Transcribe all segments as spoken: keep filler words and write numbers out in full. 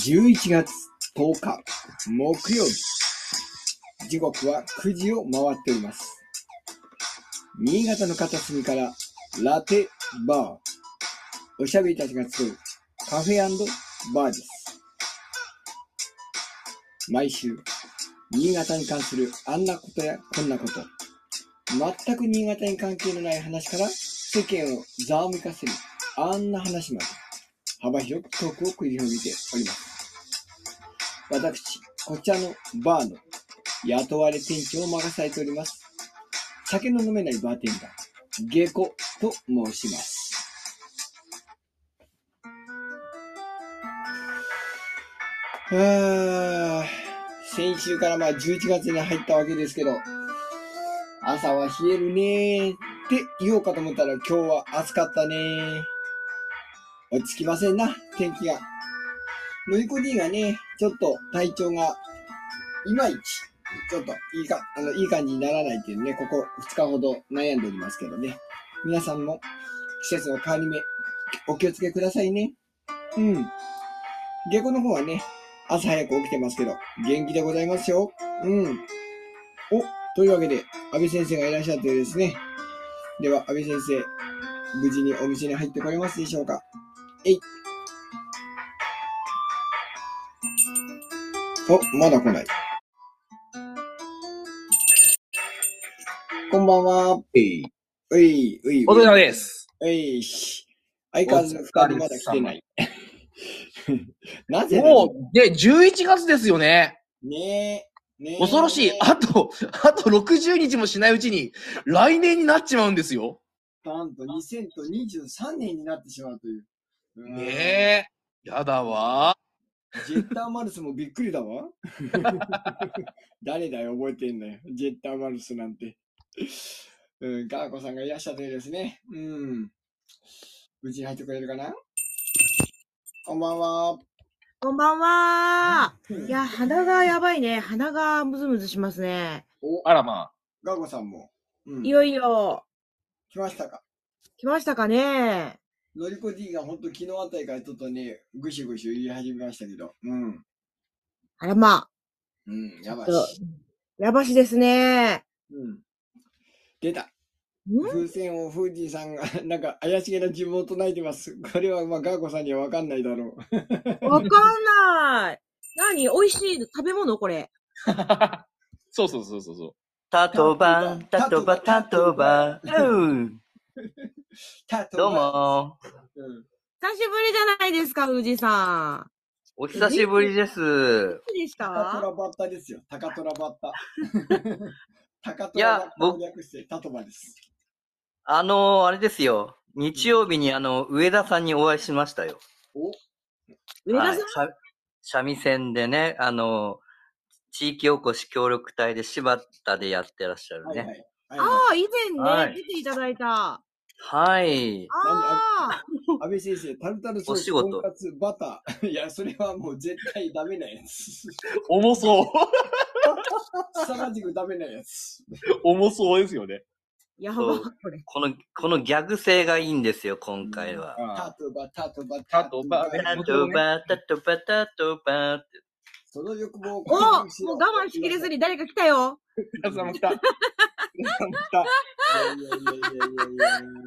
じゅういちがつとおか木曜日、時刻はくじを回っております。新潟の片隅からラテバー、おしゃべりたちが集うカフェ&バーです。毎週新潟に関するあんなことやこんなこと、全く新潟に関係のない話から世間をざわめかせるあんな話まで幅広くトークを繰り広げております。私、こちらのバーの雇われ店長を任されております。酒の飲めないバーテンダー、ゲコと申します。はぁ、先週からまあじゅういちがつに入ったわけですけど、朝は冷えるねーって言おうかと思ったら今日は暑かったねー。落ち着きませんな、天気が。のりこ D がね、ちょっと体調がいまいち、ちょっといいか、あの、いい感じにならないっていうね、ここふつかほど悩んでおりますけどね。皆さんも季節の変わり目、お気をつけくださいね。うん。下校の方はね、朝早く起きてますけど、元気でございますよ。うん。お、というわけで、安倍先生がいらっしゃってですね。では、安倍先生、無事にお店に入ってこれますでしょうか。えい。お、まだ来ない。こんばんは。 えい。 うい、うい。 お疲れ様です。 うい。相変わらずふたりまだ来てない。なぜだもう、で、じゅういちがつですよね。 ねえ。ねえ。 恐ろしい。あと、あとろくじゅうにちもしないうちに、来年になっちまうんですよ。 なんとにせんにじゅうさんねんになってしまうという。 ねえ。やだわ。 ジェッターマルスもびっくりだわ。誰だよ、覚えてんだよ。ジェッターマルスなんて。うん、ガーコさんがいらっしゃってですね。うん。無事に入ってくれるかな？こんばんは。 こんばんは。いや、鼻がやばいね。鼻がムズムズしますね。 お、あらまあ。 ガーコさんも。 うん、いよいよ。 来ましたか？ 来ましたかね。 のりこ D がほんと昨日あたりからちょっとね、ぐしぐし言い始めましたけど。うん。 あらまあ。 うん、やばし。 やばしですね。 うん。出た。風船をフージーさんがなんか怪しげな呪文を唱えてます。これはまあガーコさんにはわかんないだろう。わかんない。何？美味しい食べ物これ。 そうそうそうそうそう。 タトバ、タトバ、タトバ。うん。どうも、 うん。久しぶりじゃないですか、フージーさん。 お久しぶりです。 いつでした？ タカトラバッタですよ。タカトラバッタ。タカトラバッタを略してタトバです。 あのー、あれですよ。日曜日にあの、上田さんにお会いしましたよ。 お上田さん、 はい、三味線でね、あのー、地域おこし協力隊で柴田でやってらっしゃるね。はいはいはいはい、ああ、以前ね、はい、出ていただいた。 はい。 ああ。安倍先生、タルタルソース、とんかつ、バター。いや、それはもう絶対ダメなやつ。 重そう。 凄まじくダメなやつ。 重そうですよね。 やばこれ。 この、このギャグ性がいいんですよ、今回は。 タトバ、タトバ、 タトバ、 タトバ、タトバ、タトバって。 その欲望を。 お、もう我慢しきれずに誰か来たよ。 皆さんも来た。皆さんも来た。 いやいやいやいやいやいや。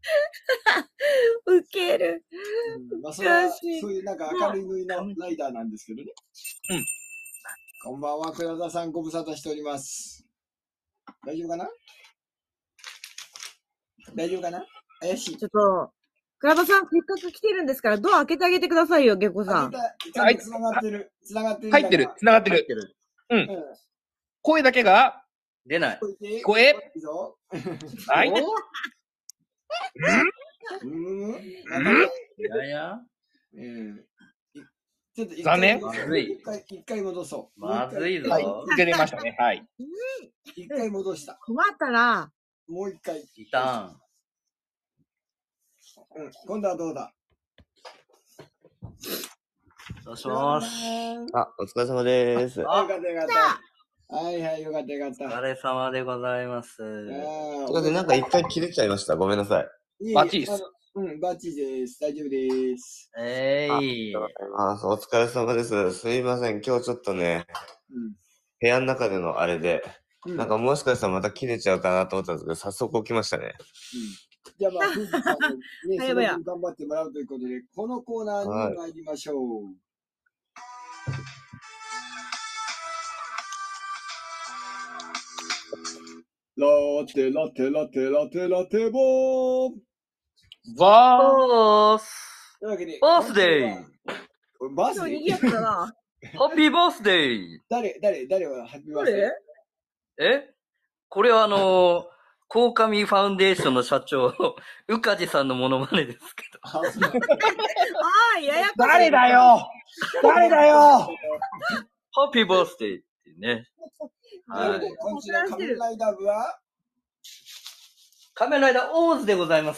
ウケる。 うん、まあ、それは、そういうなんか明るい縫いのライダーなんですけどね。 うん。 こんばんは、倉田さん、ご無沙汰しております。大丈夫かな？大丈夫かな？怪しい。 ちょっと、倉田さん、せっかく来てるんですから、ドア開けてあげてくださいよ、ゲコさん。 はい、繋がってる。繋がってる。 入ってる。繋がってる。うん。うん、声だけが出ない。 聞こえ。はい。 うん。 うん。いやいや。 うん。ちょっと残念。まずい。 一回、一回戻そう。 まずいぞ。 はい。受け出ましたね。はい。 一回戻した。 困ったら。 もう一回。 リターン。 うん。今度はどうだ？ もしもし。 あ、お疲れ様です。 あ、よかったよかった。はいはい、よかったよかった。 お疲れ様でございます。 すいません、なんか一回切れちゃいました。ごめんなさい。 バッチリです。 うん、バッチリです。大丈夫です。 えあ、あい。 りがとうございます。お疲れ様です。すいません。今日ちょっとね、 うん。 部屋の中でのあれで、 うん。 なんかもしかしたらまた切れちゃうかなと思ったんですけど、早速起きましたね。 うん。じゃあまあ、富士さんもね、そのはやばや。 分頑張ってもらうということで、このコーナーはい。 に参りましょう。ラテラテラテラテラテボー。 わボース。 というわけで、 バースデー。 これバース今日デー賑やかだな。 ハッピーバースデー。 誰、誰、誰はハッピーバースデー誰えこれはあのー、鴻上ファウンデーションの社長、宇梶さんのモノマネですけど。 あ、そう。 ああ、ややこしい。 誰だよ誰だよハッピーバースデーっていうね。はい。 今週の仮面ライダー部は、 仮面ライダーオーズでございます。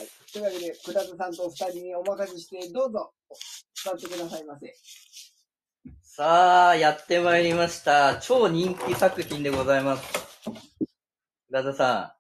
はい。というわけで、倉田さんとお二人にお任せして、どうぞ、伝ってくださいませ。 さあ、やってまいりました。超人気作品でございます。倉田さ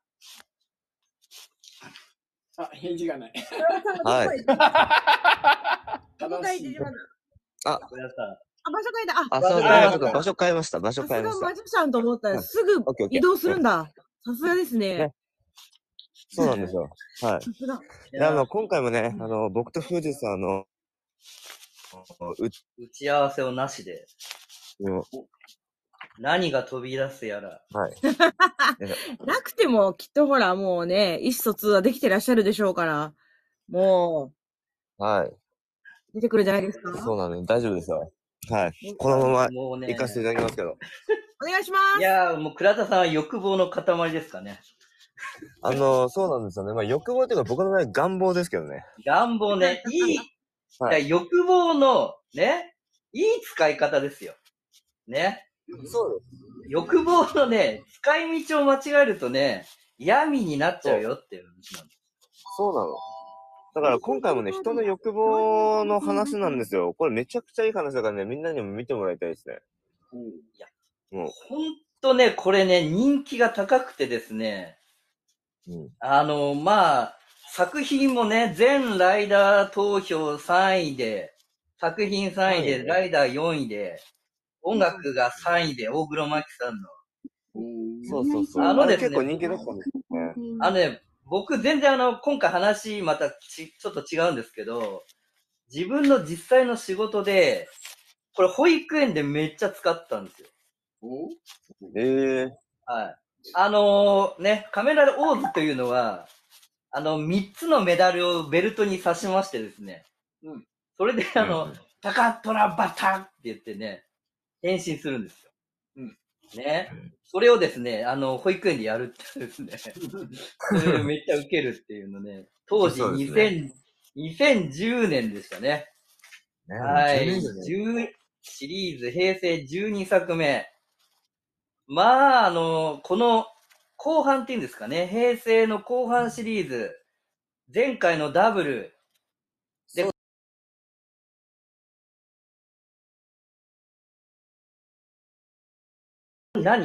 あ、返事がない。 はい。 どこ書いてしまっあ、 ん、倉田さん。 あ、場所変えた。あ、 あ、そうあだ、ちょっと場所変えました。場所さ変えました。 すがマジシャンと思ったらすぐオッケーオッケー移動するんだ。さすがですねね。そうなんですよ。はい。 さすが。 で、あの、今回もね、あの、僕と富士さんの、う、 打ち合わせをなしで、 も何が飛び出すやら。 うはい。 なくてもきっとほらもうね、意思疎通はできてらっしゃるでしょうから、もはい。 う出てくるじゃないですか。 そうなのよ。大丈夫ですよ。はい。このままもうね行かせていただきますけど。 お願いします。 いやー、もう倉田さんは欲望の塊ですかね。 あの、そうなんですよね。まあ、欲望っていうか僕の場合願望ですけどね。 願望ね、いい、 はいいや欲望のね、いい使い方ですよ。ね。 そう欲望のね、使い道を間違えるとね、闇になっちゃうよっていう話なんです。 そうなの。だから今回もね、人の欲望の話なんですよ。これめちゃくちゃいい話だからね、みんなにも見てもらいたいですね。 いや、 もう。 ほんとね、これね、人気が高くてですね、 うん、 あの、まあ、作品もね、全ライダー投票さんいで、作品さんいで、ライダーよんいで、音楽がさんいで、大黒摩季さんの。 そうそうそう。 あのですね結構人気だったんですよね。 あのね、僕全然あの、今回話またち、ちょっと違うんですけど、自分の実際の仕事で、これ保育園でめっちゃ使ったんですよ。 ええー。 はい。あのー、ね、カメラオーズというのは、あの、みっつのメダルをベルトに刺しましてですね。うん。それであの、うん、タカトラバタって言ってね、変身するんですよ。うん。ね。それをですね、あの、保育園でやるってですね。それめっちゃウケるっていうのね。当時にせん、ね、にせんじゅうねんでしたね。ねはい。じゅうシリーズ平成じゅうにさくめ。まあ、あの、この後半っていうんですかね。平成の後半シリーズ。前回のダブル。で、何 ?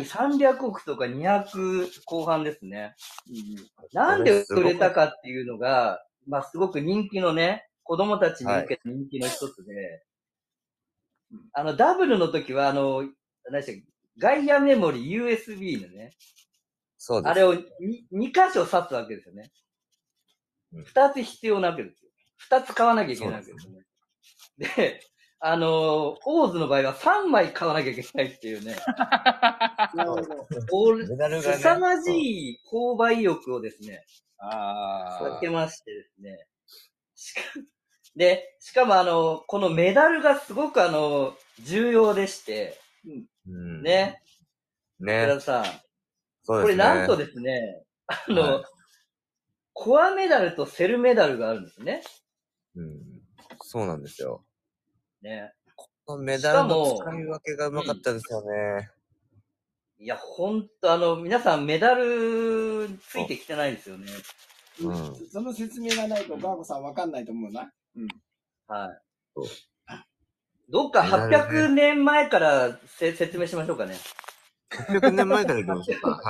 さんびゃくおくとかにひゃく後半ですね。うん、なんで売れたかっていうのが、まあすごく人気のね、子供たちに受けた人気の一つで、はい、あの、ダブルの時は、あの、何でしたっけ、ガイアメモリ ユーエスビー のね、 そうです。 あれを 2, 2箇所刺すわけですよね。ふたつ必要なわけですよ。ふたつ買わなきゃいけないわけですよね。で、あのー、オーズの場合はさんまい買わなきゃいけないっていうね。なるほど。すさまじい購買意欲をですね、ああ。かけましてですね。しかで、しかもあの、このメダルがすごくあの、重要でして、うん、ね。ね。倉田さん。そうですね。これなんとですね、あの、はい、コアメダルとセルメダルがあるんですね。 うん。そうなんですよ。 ね。 このメダルの使い分けがうまかったですよね。 うん、いや、ほんと、あの、皆さんメダルついてきてないですよね。 うん。その説明がないとガーゴさんわかんないと思うな。うん。 はい。どっかはっぴゃくねんまえからせ説明しましょうかね。 はっぴゃくねんまえからいきましょうか。はい。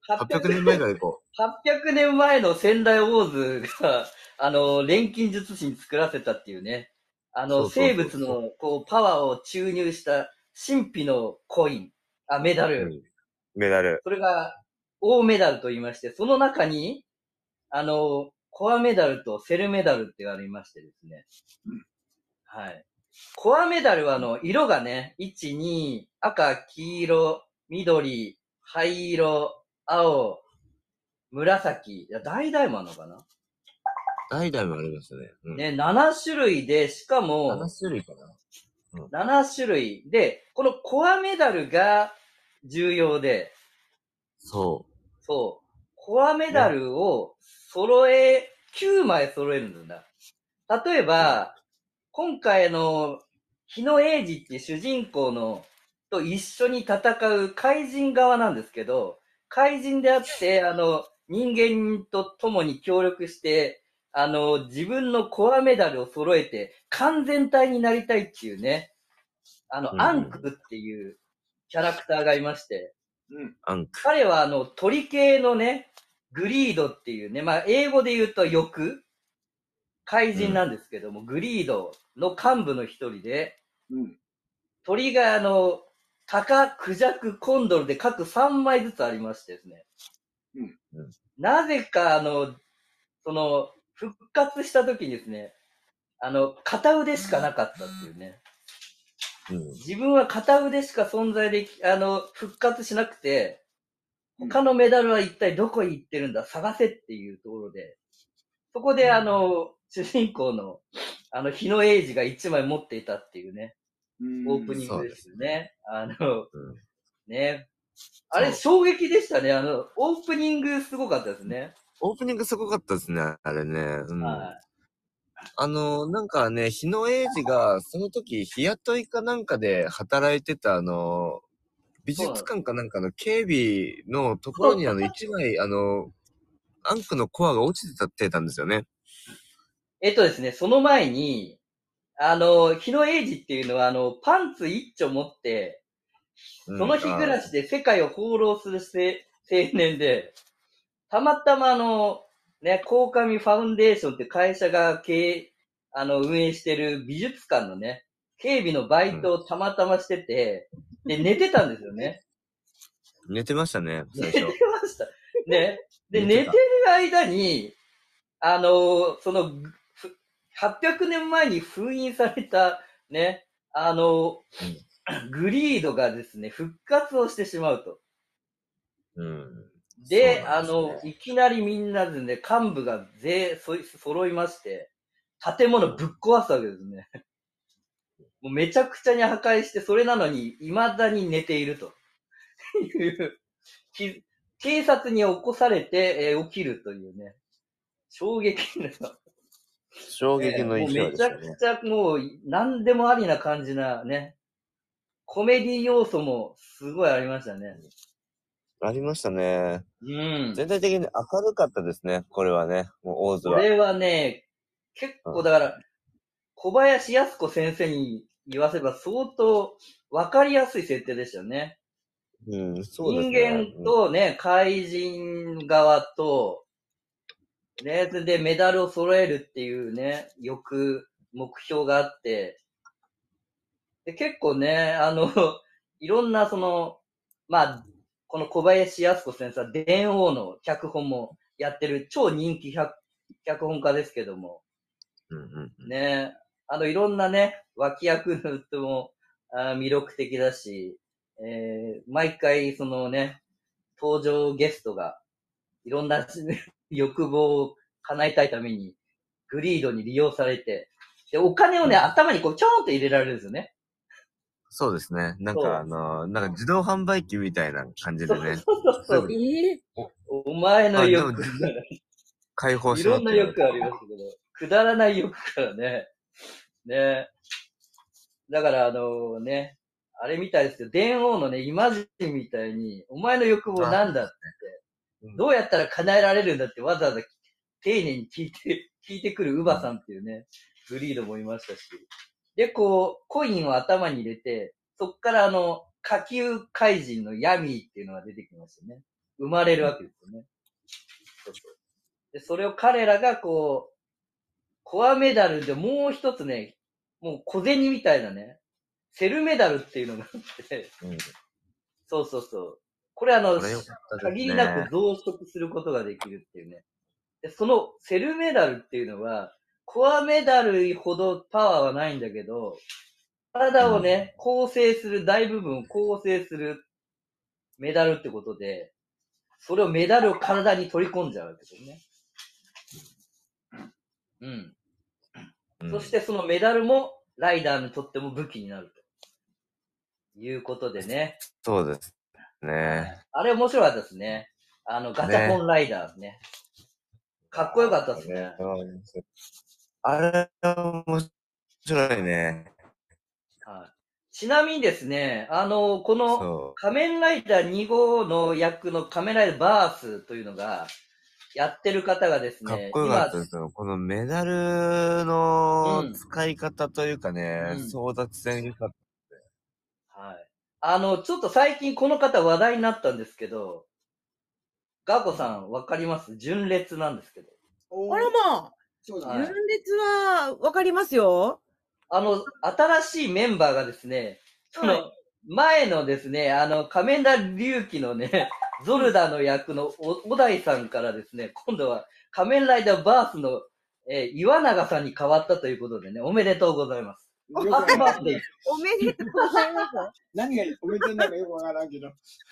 はっぴゃくねんまえから行こはっぴゃくねんまえの仙台ウォーズが、あの、錬金術師に作らせたっていうね、あの、 そうそうそう生物の、こう、パワーを注入した神秘のコイン、あ、メダう。 ル。 うん。メダル。 それが、大メダルと言いまして、その中に、あの、コアメダルとセルメダルってありましてですね。はい。コアメダルは、あの、色がね、いち、に、赤、黄色、緑、灰色、青、紫。いや、橙もあるのかな代々もありましたね。うん。 ね、なな種類で、しかもなな、種類かな。 なな種類で、このコアメダルが重要で、 そそう。コアメダルを揃え、きゅうまい揃えるんだ。例えば、今回の日野英二っていう主人公のと一緒に戦う怪人側なんですけど、怪人であって、あの、人間と共に協力して、あの、自分のコアメダルを揃えて完全体になりたいっていうね、あの、 うんうんアンクっていうキャラクターがいまして、 うん。 アンク。 彼はあの、鳥系のね、グリードっていうね、まあ、英語で言うと欲、怪人なんですけども、グリードの幹部の一人で、 うん。 鳥があの、タカ、クジャク、コンドルで各さんまいずつありましてですね。 うんうんなぜかあの、その、復活した時にですね、あの、片腕しかなかったっていうね。 うん。 自分は片腕しか存在でき、あの、復活しなくて、 うん他のメダルは一体どこに行ってるんだ、探せっていうところで、そこであの、主人公の、あの、日野英二が一枚持っていたっていうね、 うん。 オープニングですよね。あの、 うんね。あれ、衝撃でしたね。あの、オープニングすごかったですね。 オープニングすごかったですね、あれね。うん。 はあの、なんかね、日野英二が、その時、日雇いかなんかで働いてた、あの、美術館かなんかの警備のところに、あの、一枚、あの、アンクのコアが落ちてたってたんですよね。 えっとですね、その前に、あの、日野英二っていうのは、あの、パンツ一丁持って、 うんその日暮らしで世界を放浪する青年で、たまたまあの、ね、鴻上ファウンデーションって会社が経営、あの、運営してる美術館のね、警備のバイトをたまたましてて、で、寝てたんですよね。 寝てましたね、 寝最て初。 ました。ね。で、 寝てた寝てる間に、あの、その、ふはっぴゃくねんまえに封印された、ね、あの、グリードがですね、復活をしてしまうと。 うん。 で、 そうなんですねあの、いきなりみんなでね、幹部がぜそ揃いまして、建物ぶっ壊すわけですね。もうめちゃくちゃに破壊して、それなのに未だに寝ているというき警察に起こされて、えー起きるというね、衝撃な、 衝撃の一もうめちゃ話でしたね。 くちゃもう何でもありな感じなね、コメディ要素もすごいありましたね。 ありましたね。 うん。 全体的に明るかったですね、これはね。もう大津は。 これはね、結構だから、小林靖子先生に言わせば相当わかりやすい設定でしたよね。 うん、そうです人ね。 間とね、怪人側と、ね、それでメダルを揃えるっていうね、欲、目標があって、で結構ね、あの、いろんなその、まあ、この小林靖子先生は電王の脚本もやってる超人気脚脚本家ですけども、 うんうんうん。 ね、あの、いろんなね、脇役の人もあ魅力的だし、えー、毎回そのね、登場ゲストがいろんな欲望を叶えたいためにグリードに利用されて、で、お金をね、 うん頭にこう、ちょーんと入れられるんですよね。 そうですね。なんそうかあの、なんか自動販売機みたいな感じそうでね。 そうそうそう。 すぐえお前のあ、で欲も、解放いしろろんな欲って言われて。 ありますけど、くだらない欲からね、ね。だからあのね、あれみたいですよ。電王のね、イマジンみたいに、お前の欲望なんだって、 うんどうやったら叶えられるんだってわざわざ丁寧に聞いて、聞いてくるウバさんっていうね、グリードもいましたし。で、こう、コインを頭に入れて、そっからあの、下級怪人のヤミーっていうのが出てきましたね。 生まれるわけですよね。そうそうで、それを彼らがこう、コアメダルでもう一つね、もう小銭みたいなね、セルメダルっていうのがあって、 うん。 そうそうそう。これあの、 これよかったですね。 限りなく増殖することができるっていうね。で、そのセルメダルっていうのは、コアメダルほどパワーはないんだけど、体をね、構成する、大部分を構成するメダルってことで、それをメダルを体に取り込んじゃうわけですよね。うん。 うんそしてそのメダルもライダーにとっても武器になるということでね。 そうですね。 あれ面白かったですね。あの、ガチャポンライダーね。かっこよかったですね。 あれ、面白いね。 はい。ちなみにですね、あの、このそ仮面ライダーに号の役の仮面ライダーバースというのが、やってる方がですう。かっね、 こよかったですよ。このメダルのうん使い方というかね、 うん争奪戦よかっはい。あの、ちょっと最近この方話題になったんですけど、ガーコさんわかります純烈なんですけど。 おあらまあ、 そうだ純はい烈はわかりますよ。 あの、新しいメンバーがですね、その、 はい前のですね、あの、仮面ライダー龍騎のね、ゾルダの役のお小田井さんからですね、今度は仮面ライダーバースの、えー岩永さんに変わったということでね、おめでとうございます。 よくハッピーわからんバースデー。 おめでとうございます。 何がおめでとうなんかよくわからんけど。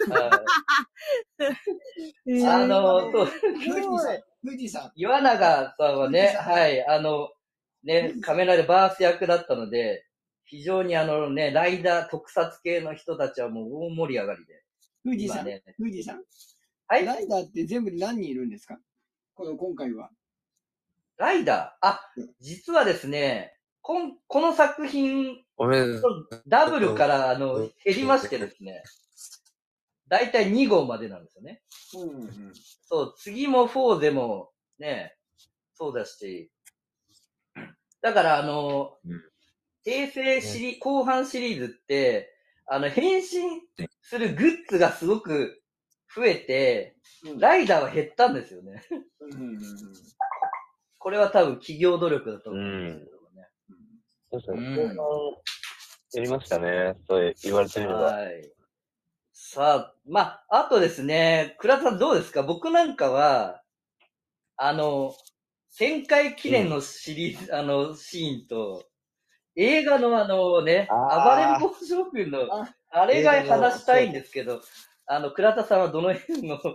はいあの、そう、 富士さん、富士さん。 岩永さんはね、 富士山はい、あの、ね、仮面ライダーバース役だったので、非常にあのね、ライダー特撮系の人たちはもう大盛り上がりで。 富士さん、 今ね富士さん。 はいライダーって全部で何人いるんですか？この今回は。 ライダーあうん、 実はですね、こんこの作品、 た。おめでとう。 ダブルからあの減りましてですね、だいたいに号までなんですよね。 うんうんうん。 そう、次もフォーでもね、そうだし、だからあの、 うん平成シリ、後半シリーズって、あの、変身するグッズがすごく増えて、 うんライダーは減ったんですよね。 うんうんうんこれは多分企業努力だと思うんですけどね。 そうですねね。後半やりましたね。そう言われてみれば。 はい。さあ、まあ、あとですね、倉田さんどうですか？僕なんかは、あの、せんかい記念のシリーズ、あの、シーンと、映画のあのね、 あー暴れん坊将軍の、 ああれが映画の話したいんですけど、あの、倉田さんはどの辺の、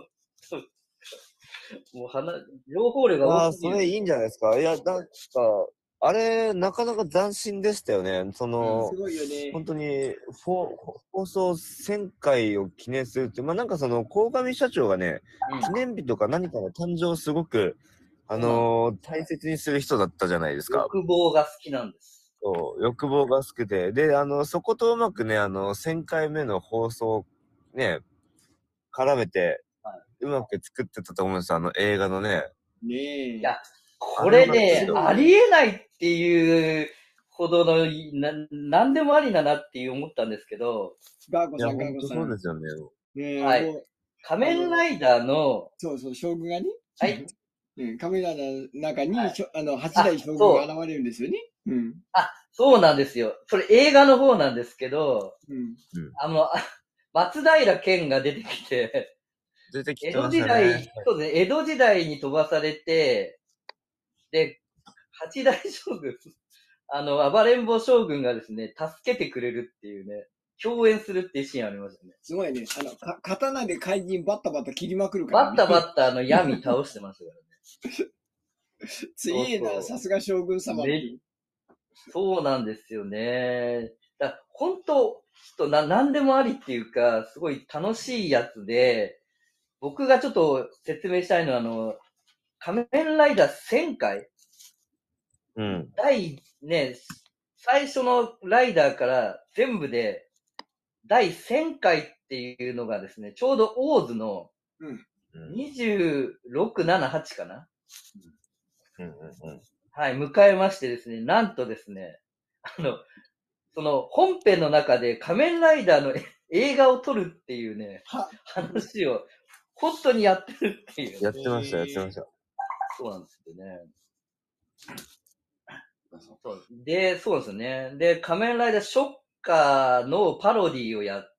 もう話、情報量がああ、 多すぎる。 それいいんじゃないですか。いや、なんか、あれ、なかなか斬新でしたよね。そのす、ごいよね。 本当にフォ放送せんかいを記念するって、まあなんかその、鴻上社長がね、 うん記念日とか何かの誕生をすごく、あのー大切にする人だったじゃないですか。 欲望が好きなんです。 そう欲望が好きで。で、あの、そことうまくね、あの、せんかいめの放送、ね、絡めて、 はうまく作ってたと思うんですよ、あの映画のね。 ねえ。 いや、これねあれ、はありえないっていうほどの、な、なんでもありだなっていう思ったんですけど、 いや、 ガーコさん、ガほんとーコさ。 そうんですよね。 ねえ、 はいもう、 仮面ライダーの、 そうそう、将軍がね。 はい。 うん、カメラの中に、 はいしょあの、八代将軍が現れるんですよね。うん。 あ、そうなんですよ。それ映画の方なんですけど、 うん。 あの、あ松平健が出てきて、 出てき江てました戸時代ね。、 そうですね、江戸時代に飛ばされて、で、八代将軍、あの、暴れん坊将軍がですね、助けてくれるっていうね、共演するっていうシーンありましたね。 すごいね。あの、か刀で怪人バッタバタ切りまくるから、 バッタバッタあの闇倒してましたからね。 強えな、 そうそうさすが将軍様っていう。 そうなんですよね。だ本当、ちょっとな、なんでもありっていうか、すごい楽しいやつで、僕がちょっと説明したいのは、あの、仮面ライダーせんかいうん。 第ね、最初のライダーから全部で第せんかいっていうのがですね、ちょうどオーズのうん。 にじゅうろく、なな、はちかなうんうんうん。 はい、迎えましてですね、なんとですね、あの、その本編の中で仮面ライダーの映画を撮るっていうね、 は、 話をホットにやってるっていう。 やってました、やってました。 そうなんですよね。そうで、そうですよね。で、仮面ライダーショッカーのパロディをやって、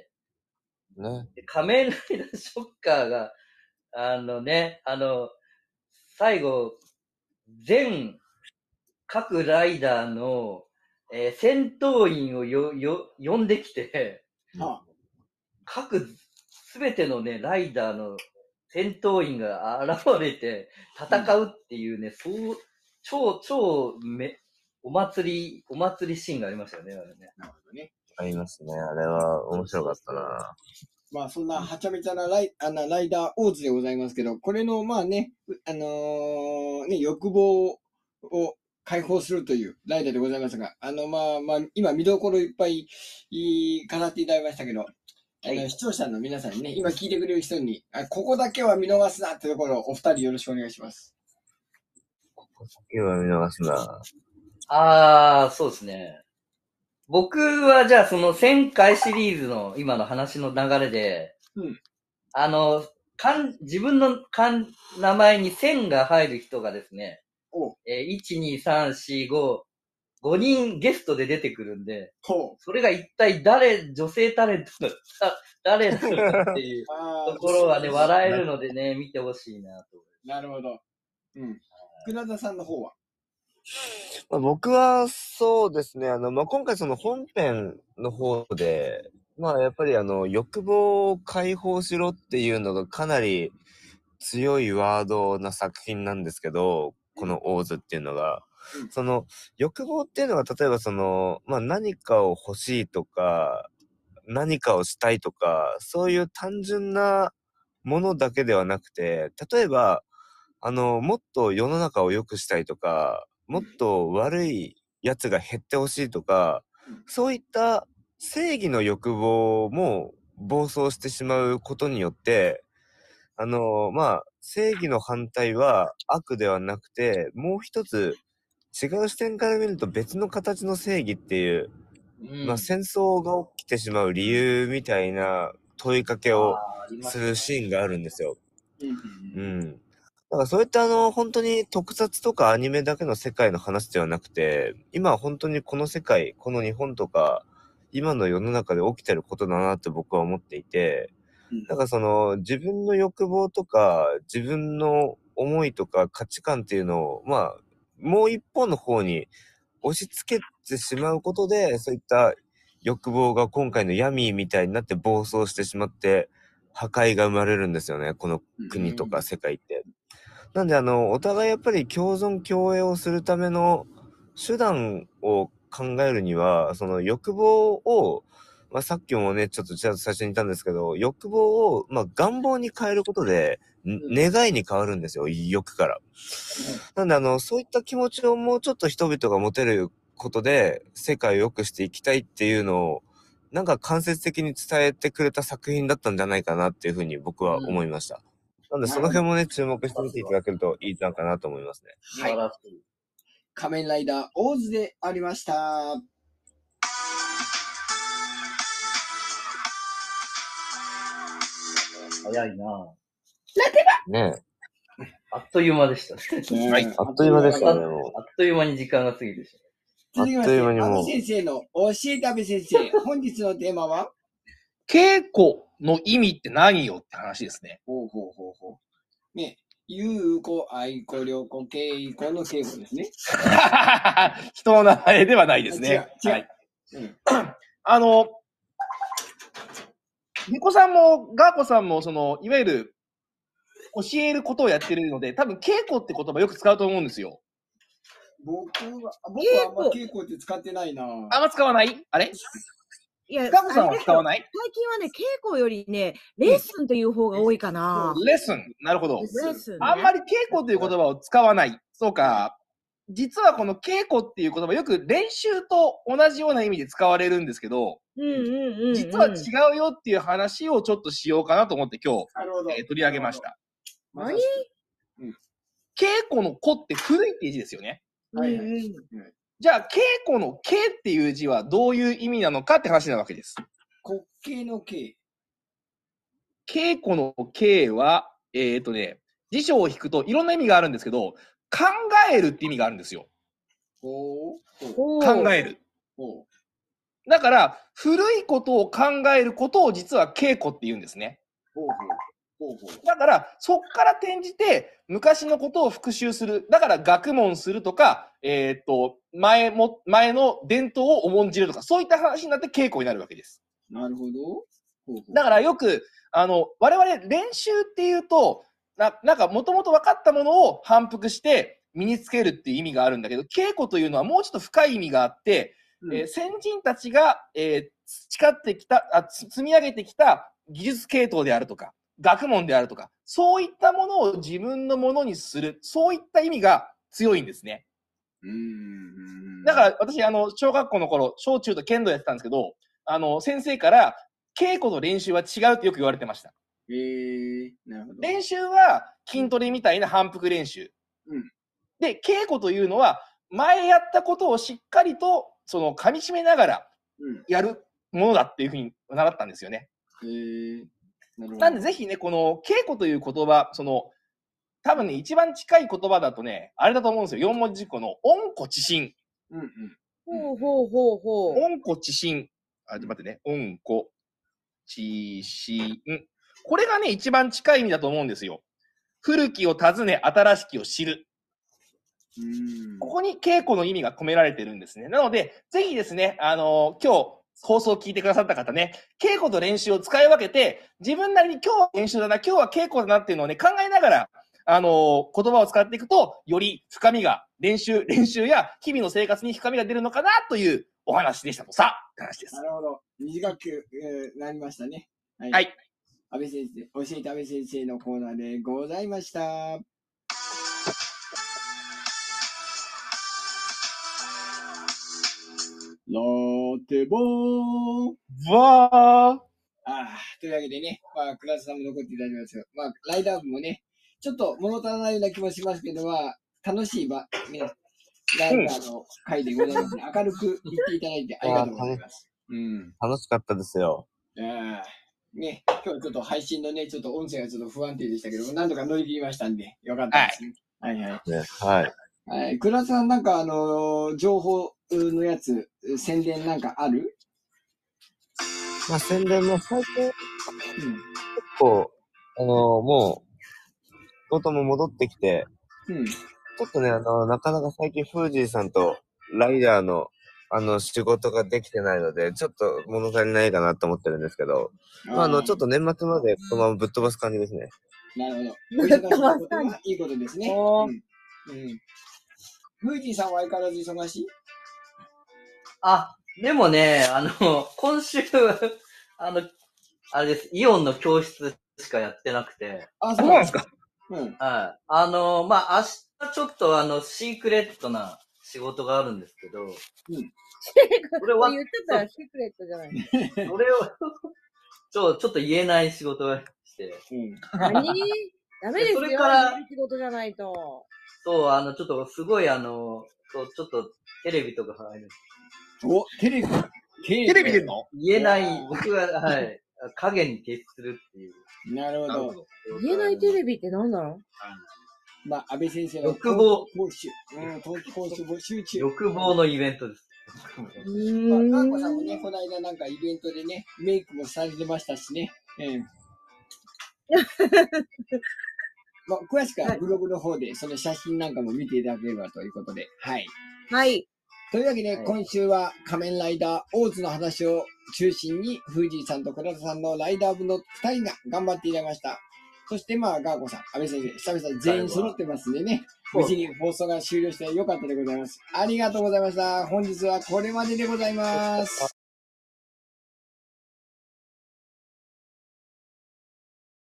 ね。 で仮面ライダーショッカーが、あのね、あの、最後、全各ライダーの、えー戦闘員をよ、よ、呼んできて、 あ各、すべてのね、ライダーの戦闘員が現れて戦うっていうね、そう、超、超め、お祭り、お祭りシーンがありましたよね、あれね。 なるほどね。 ありますね。あれは面白かったな。 まあそんなはちゃめちゃなライあのライダーオーズでございますけど、これのまあね、うあのーね、欲望を解放するというライダーでございますが、あのまあまあ、今見どころいっぱいいい語っていただきましたけど、あの視聴者の皆さんにね、今聞いてくれる人に、あここだけは見逃すなってところをお二人よろしくお願いします。 ここだけは見逃すな。 あー、そうですね。僕はじゃあその旋回シリーズの今の話の流れで、 うんあの、かん自分のかん名前に線が入る人がですね、 おえー、いち、に、さん、し、ご、ごにんゲストで出てくるんで、 ほそれが一体誰、女性タレントだった誰なのかっていうう。あところはね、笑えるのでね、見てほしいなと。 なるほど。うん。福田さんの方はまあ、僕はそうですね、あの、まあ、今回その本編の方で、まあやっぱりあの、欲望を解放しろっていうのがかなり強いワードな作品なんですけど、このオーズっていうのが、 うんその欲望っていうのは例えばその、まあ何かを欲しいとか、何かをしたいとか、そういう単純なものだけではなくて、例えば、あの、もっと世の中を良くしたいとか、もっと悪いやつが減ってほしいとか、そういった正義の欲望も暴走してしまうことによって、あの、まあ、正義の反対は悪ではなくて、もう一つ違う視点から見ると別の形の正義っていう、 うんまあ、戦争が起きてしまう理由みたいな問いかけをありますするシーンがあるんですよ。 うんうん。だからそういったあの、本当に特撮とかアニメだけの世界の話ではなくて、今本当にこの世界、この日本とか、今の世の中で起きてることだなって僕は思っていて、だからその自分の欲望とか自分の思いとか価値観っていうのを、まあ、もう一方の方に押し付けてしまうことで、そういった欲望が今回のヤミーみたいになって暴走してしまって、破壊が生まれるんですよね、この国とか世界って。なんであの、お互いやっぱり共存共栄をするための手段を考えるには、その欲望を、まあ、さっきもね、ちょっとちゃんと最初に言ったんですけど、欲望を、まあ、願望に変えることで、ん願いに変わるんですよ、欲から。なんであの、そういった気持ちをもうちょっと人々が持てることで、世界を良くしていきたいっていうのを、なんか間接的に伝えてくれた作品だったんじゃないかなっていうふうに僕は思いました。なんでその辺もね、注目してみていただけるといいのかなと思いますね。 素晴らしい。 仮面ライダーオーズでありました。 早いなねえ。 あっという間でしたね。 はいあっという間でしたね、もあっという間に時間が過ぎてし続きまして、 あっという間にもう安部先生の教えて安部先生、本日のテーマは稽古の意味って何よって話ですね。 ほうほうほうほう。ね、ゆうこ、あいこ、りょうこ、けいこの稽古ですね。 人の名前ではないですね。 違う違うはいうんあの、ニコさんもガーコさんも、その、いわゆる、教えることをやってるので、多分、稽古って言葉よく使うと思うんですよ。 僕は、僕はあんま稽古って使ってないな。 あんま使わないあれいや、 ガーコさんは使わいない最近はね、稽古よりね、レッスンという方が多いかな。 レッスン。なるほど。 レッスン、ね。 あんまり稽古という言葉を使わない。そうか。実はこの稽古っていう言葉、よく練習と同じような意味で使われるんですけど、 うんうんうん、うん。 実は違うよっていう話をちょっとしようかなと思って今日、 なるほど。 えー取り上げました。 何稽古の古って古いっていう字ですよね。 はいはいうんうんじゃあ、稽古の稽っていう字はどういう意味なのかって話なわけです。 滑稽の稽。 稽古の稽は、えっとね、辞書を引くといろんな意味があるんですけど、考えるって意味があるんですよ。 ほう。 ほう考える。 ほう。 だから、古いことを考えることを実は稽古って言うんですね。 ほうほう。ほうほう。 だから、そっから転じて、昔のことを復習する。だから、学問するとか、えーっと、前も、前の伝統を重んじるとか、そういった話になって稽古になるわけです。 なるほど。ほうほう。 だから、よく、あの、我々練習っていうと、な、なんか、もともと分かったものを反復して身につけるっていう意味があるんだけど、稽古というのはもうちょっと深い意味があって、 うんえー先人たちが、えー培ってきたあ、つ積み上げてきた技術系統であるとか、学問であるとか、そういったものを自分のものにする、そういった意味が強いんですね。 うーん。 だから私、あの、小学校の頃、小中と剣道やってたんですけど、あの、先生から、稽古と練習は違うってよく言われてました。 えー、なるほど。 練習は筋トレみたいな反復練習。 うんで、稽古というのは、前やったことをしっかりと、その、噛み締めながらうん。 やるものだっていうふうに習ったんですよね。 えー、なるほど。 なんで、ぜひね、この、稽古という言葉、その、多分ね、一番近い言葉だとね、あれだと思うんですよ。四文字熟語の、温故知新。 うんうん。 ほうほうほうほう。 温故知新。あ、ちょっと待ってね。温故知新。これがね、一番近い意味だと思うんですよ。古きを訪ね、新しきを知る。 うーん。 ここに稽古の意味が込められてるんですね。なので、ぜひですね、あのー今日、放送を聞いてくださった方ね、稽古と練習を使い分けて、自分なりに今日は練習だな、今日は稽古だなっていうのをね、考えながら、あのー言葉を使っていくと、より深みが、練習、練習や日々の生活に深みが出るのかなというお話でしたとさ、って話ですな。るほど。短く、えーなりましたね。はい。 はい。 安倍先生、教えて安倍先生のコーナーでございました。ラテボー。 わー。 ああ、というわけでね、まあ、倉田さんも残っていただきますが、まあ、ライダー部もね、ちょっと物足らないような気もしますけど、まあ、楽しい場、ね、ライダーの会でございます、ね。明るく言っていただいてありがとうございます。うん。 楽しかったですよ。 ああ、ね、今日ちょっと配信のね、ちょっと音声がちょっと不安定でしたけど、なんとか乗り切りましたんで、よかったですね。はい、はい、はい。 ね、はい。 はい。倉田さん、なんかあのー情報のやつ、宣伝なんかある？ まあ、宣伝も最近、 うん。 結構、あのもう、仕事も戻ってきて、 うん。 ちょっとね、あのなかなか最近、フージーさんとライダーの、あの、仕事ができてないので、ちょっと物足りないかなと思ってるんですけど、まあ、あの、ちょっと年末までこのままぶっ飛ばす感じですね。 なるほど。お忙しいことはいいことですね。 おーうん。うん。フージーさんは相変わらず忙しい？ あ、でもね、あの、今週、あの、あれです、イオンの教室しかやってなくて、 あ、 そうなんですか。 うん。 はい。あの、まあ、明日ちょっとあの、シークレットな仕事があるんですけど、これは言ってたらシークレットじゃない。 それを、ちょ、ちょっと言えない仕事がして、 うん。 何ダメですよ。 それから言える仕事じゃないと。 そう、あの、ちょっとすごいあの、そうちょっとテレビとか入る。 お、テレビ。テテレビ出るの？ 言えない、僕が、はい、影に徹するっていう。 なるほど。 言えないテレビって何なの？ まあ、安倍先生の欲望講習。うん、冬季講習募集中。 欲望のイベントです。 うまあ、 ーん。 かんこさんもね、この間なんかイベントでね、メイクもされてましたしね。うん。まあ、詳しくはブログの方でその写真なんかも見ていただければということで。はい。 はい。 というわけで、 はい今週は仮面ライダーオーズの話を中心に、フージーさんと倉田さんのライダー部のふたりが頑張っていただきました。そしてまあ、ガーコさん、安倍先生、久々全員揃ってますんでね、無事に放送が終了してよかったでございます。ありがとうございました。本日はこれまででございます。